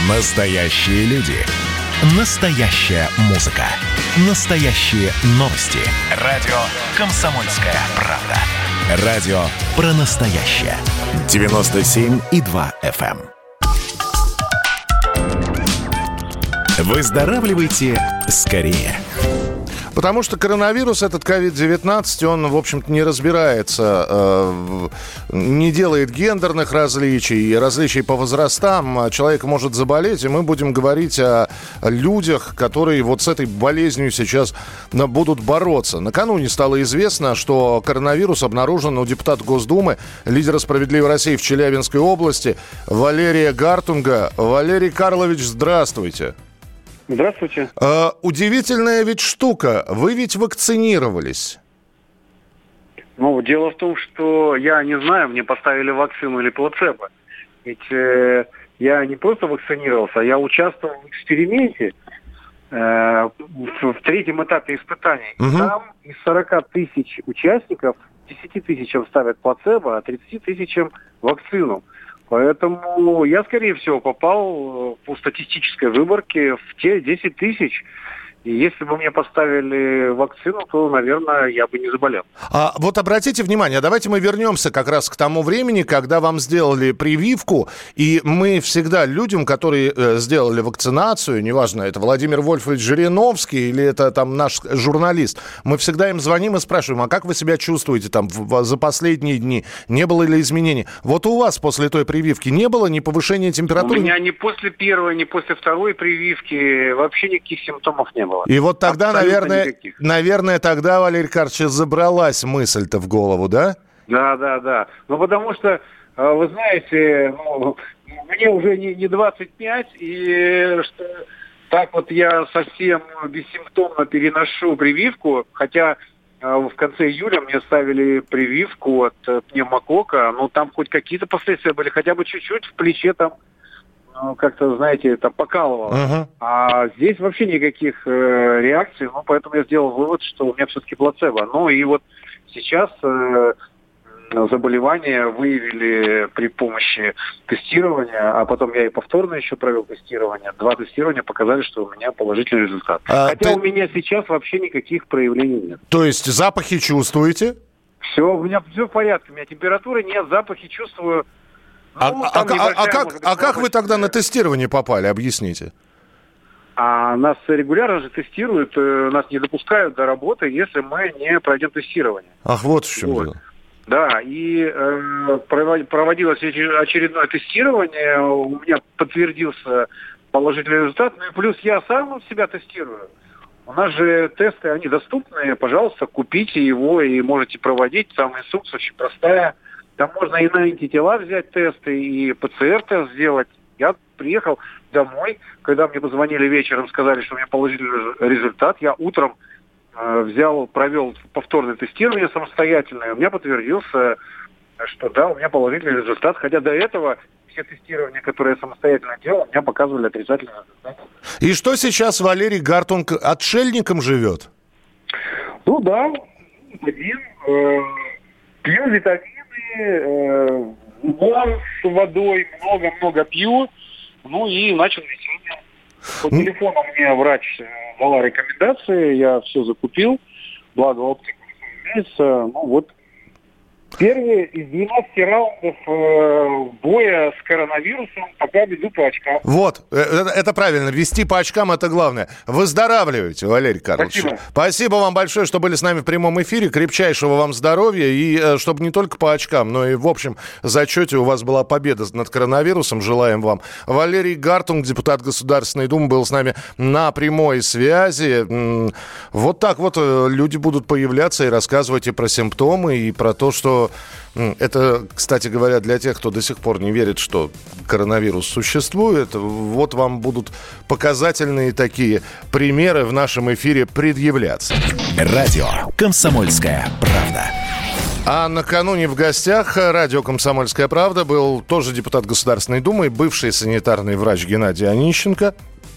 Настоящие люди. Настоящая музыка. Настоящие новости. Радио «Комсомольская правда». Радио про настоящее. 97,2 FM. Выздоравливайте скорее. Потому что коронавирус, этот COVID-19, он, в общем-то, не разбирается, не делает гендерных различий по возрастам. Человек может заболеть, и мы будем говорить о людях, которые вот с этой болезнью сейчас будут бороться. Накануне стало известно, что коронавирус обнаружен у депутата Госдумы, лидера «Справедливой России» в Челябинской области Валерия Гартунга. Валерий Карлович, здравствуйте. Здравствуйте. Удивительная ведь штука. Вы ведь вакцинировались. Ну, дело в том, что я не знаю, мне поставили вакцину или плацебо. Ведь я не просто вакцинировался, я участвовал в эксперименте в третьем этапе испытаний. Угу. Там из 40 тысяч участников 10 тысячам ставят плацебо, а 30 тысячам вакцину. Поэтому я, скорее всего, попал по статистической выборке в те 10 тысяч. И если бы мне поставили вакцину, то, наверное, я бы не заболел. А вот обратите внимание, давайте мы вернемся как раз к тому времени, когда вам сделали прививку. И мы всегда людям, которые сделали вакцинацию, неважно, это Владимир Вольфович Жириновский или это там наш журналист, мы всегда им звоним и спрашиваем, а как вы себя чувствуете там за последние дни? Не было ли изменений? Вот у вас после той прививки не было ни повышения температуры? У меня ни после первой, ни после второй прививки вообще никаких симптомов не было. И вот тогда, наверное, тогда, Валерий Карлович, забралась мысль-то в голову, да? Да. Ну, потому что, вы знаете, мне уже не 25, и что так вот я совсем бессимптомно переношу прививку, хотя в конце июля мне ставили прививку от пневмокока, но там хоть какие-то последствия были, хотя бы чуть-чуть в плече там, как-то, знаете, это покалывало. Uh-huh. А здесь вообще никаких реакций, поэтому я сделал вывод, что у меня все-таки плацебо. Ну и вот сейчас заболевание выявили при помощи тестирования, а потом я и повторно еще провел тестирование. 2 тестирования показали, что у меня положительный результат. Хотя у меня сейчас вообще никаких проявлений нет. То есть запахи чувствуете? Все, у меня все в порядке. У меня температуры нет, запахи чувствую. Как вы тогда на тестирование попали, объясните? Нас регулярно же тестируют, нас не допускают до работы, если мы не пройдем тестирование. Ах, вот в чем дело. Да, и проводилось очередное тестирование, у меня подтвердился положительный результат, ну и плюс я сам себя тестирую. У нас же тесты, они доступны, пожалуйста, купите его и можете проводить, там инструкция очень простая. Там можно и на антитела взять тесты, и ПЦР-тест сделать. Я приехал домой, когда мне позвонили вечером, сказали, что у меня положительный результат. Я утром провел повторное тестирование самостоятельное. У меня подтвердился, что да, у меня положительный результат. Хотя до этого все тестирования, которые я самостоятельно делал, у меня показывали отрицательный результат. И что сейчас Валерий Гартунг отшельником живет? Ну да, пью витамины. Вон с водой много-много пью, ну и начал лечение. По телефону мне врач дала рекомендации, я все закупил, благо оптика имеется. Первые из 12 раундов боя с коронавирусом пока веду по очкам. Вот, это правильно, вести по очкам — это главное. Выздоравливайте, Валерий Карлович. Спасибо вам большое, что были с нами в прямом эфире. Крепчайшего вам здоровья, и чтобы не только по очкам, но и в общем зачете у вас была победа над коронавирусом. Желаем вам. Валерий Гартунг, депутат Государственной Думы, был с нами на прямой связи. Вот так вот люди будут появляться и рассказывать и про симптомы, и про то, что это, кстати говоря, для тех, кто до сих пор не верит, что коронавирус существует, вот вам будут показательные такие примеры в нашем эфире предъявляться. Радио «Комсомольская правда». А накануне в гостях радио «Комсомольская правда» был тоже депутат Государственной Думы, бывший санитарный врач Геннадий Онищенко.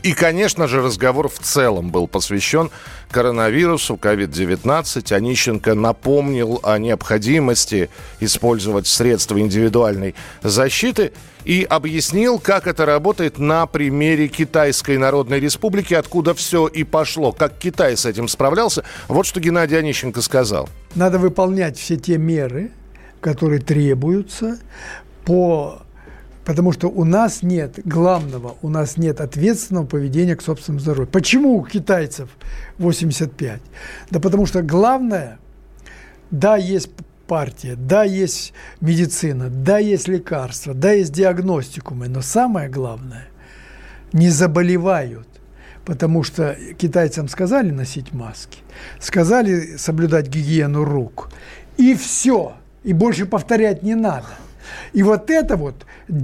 И, конечно же, разговор в целом был посвящен коронавирусу, COVID-19. Онищенко напомнил о необходимости использовать средства индивидуальной защиты и объяснил, как это работает на примере Китайской Народной Республики, откуда все и пошло. Как Китай с этим справлялся. Вот что Геннадий Онищенко сказал. Надо выполнять все те меры, которые требуются, потому что у нас нет ответственного поведения к собственному здоровью. Почему у китайцев 85? Да потому что главное, да, есть партия, да, есть медицина, да, есть лекарства, да, есть диагностикумы, но самое главное, не заболевают. Потому что китайцам сказали носить маски, сказали соблюдать гигиену рук, и все, и больше повторять не надо. И вот это вот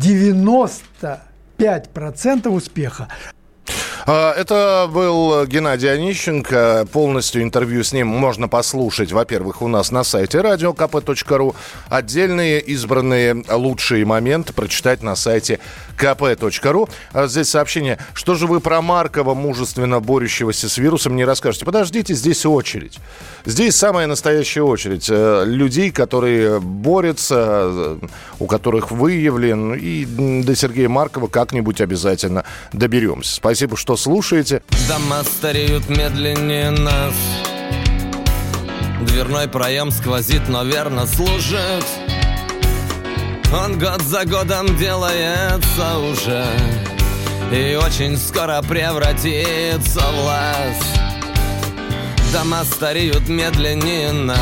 95% успеха. Это был Геннадий Онищенко. Полностью интервью с ним можно послушать, во-первых, у нас на сайте radiokp.ru. Отдельные избранные лучшие моменты прочитать на сайте kp.ru. Здесь сообщение. Что же вы про Маркова, мужественно борющегося с вирусом, не расскажете? Подождите, здесь очередь. Здесь самая настоящая очередь. Людей, которые борются, у которых выявлен. И до Сергея Маркова как-нибудь обязательно доберемся. Спасибо, что слушаете. Дома стареют медленнее нас. Дверной проем сквозит, но верно служит. Он год за годом делается уже и очень скоро превратится в лаз. Дома стареют медленнее нас.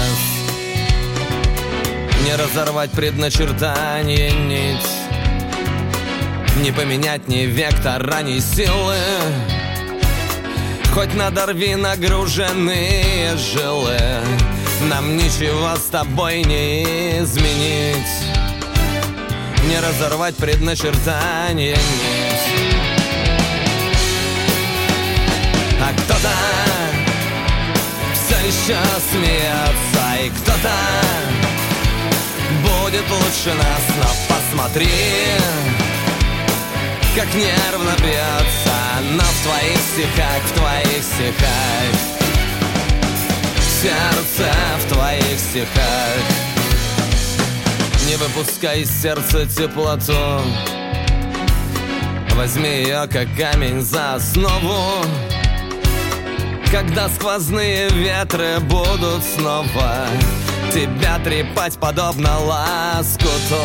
Не разорвать предначертание нить, не поменять ни вектора, ни силы. Хоть надорви нагруженные жилы, нам ничего с тобой не изменить. Не разорвать предначертание нить. А кто-то все еще смеется, и кто-то будет лучше нас. Но посмотри, как нервно бьется, но в твоих стихах, сердце в твоих стихах. Не выпускай из сердца теплоту, возьми ее как камень за основу. Когда сквозные ветры будут снова тебя трепать подобно лоскуту,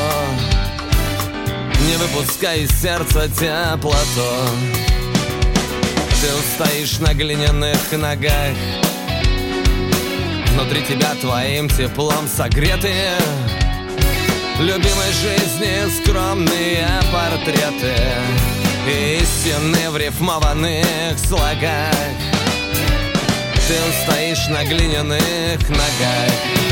не выпускай из сердца теплоту. Ты устоишь на глиняных ногах, внутри тебя твоим теплом согретые любимой жизни скромные портреты, истины в рифмованных слогах. Ты устоишь на глиняных ногах.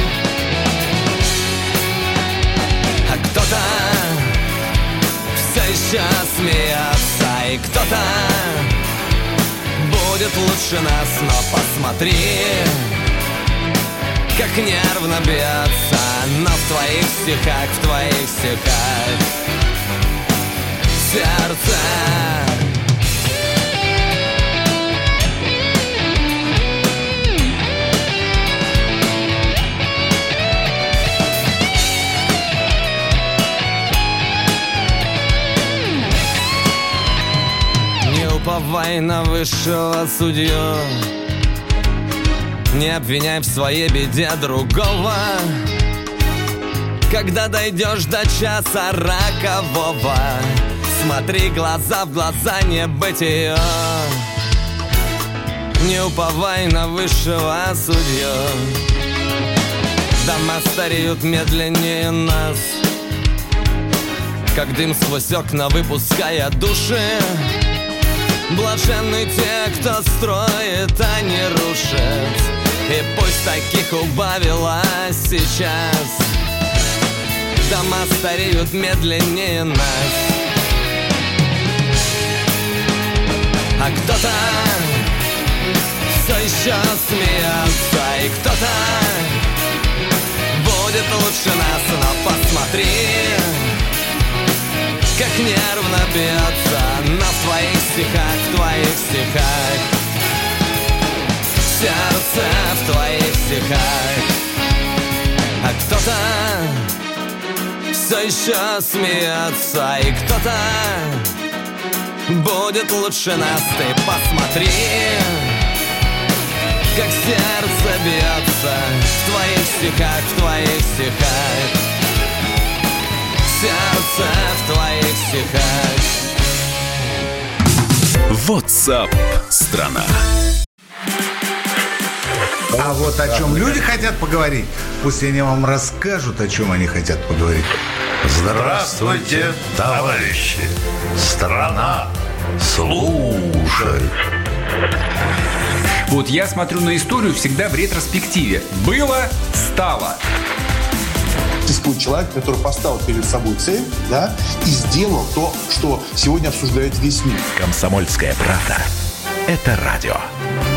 А кто-то все еще смеется, и кто-то будет лучше нас. Но посмотри, как нервно бьется, но в твоих стихах, сердце. Не уповай на высшего судью, не обвиняй в своей беде другого. Когда дойдешь до часа рокового, смотри глаза в глаза небытию. Не уповай на высшего судью. Дома стареют медленнее нас, как дым сквозь окна выпуская души. Блаженны те, кто строит, а не рушит. И пусть таких убавилось сейчас. Дома стареют медленнее нас. А кто-то все еще смеется, и кто-то будет лучше нас. Но посмотри, как нервно бьется, но в твоих стихах в твоих стихах, сердце в твоих стихах. А кто-то все еще смеется, и кто-то будет лучше нас. Ты посмотри, как сердце бьется в твоих стихах, в твоих стихах. Сердце в твоих стихах. WhatsApp страна. А вот о чем люди хотят поговорить, пусть они вам расскажут, о чем они хотят поговорить. Здравствуйте, товарищи! Страна слушает. Вот я смотрю на историю всегда в ретроспективе. Было, стало. Существует человек, который поставил перед собой цель, да, и сделал то, что сегодня обсуждает весь мир. «Комсомольская правда» — это радио.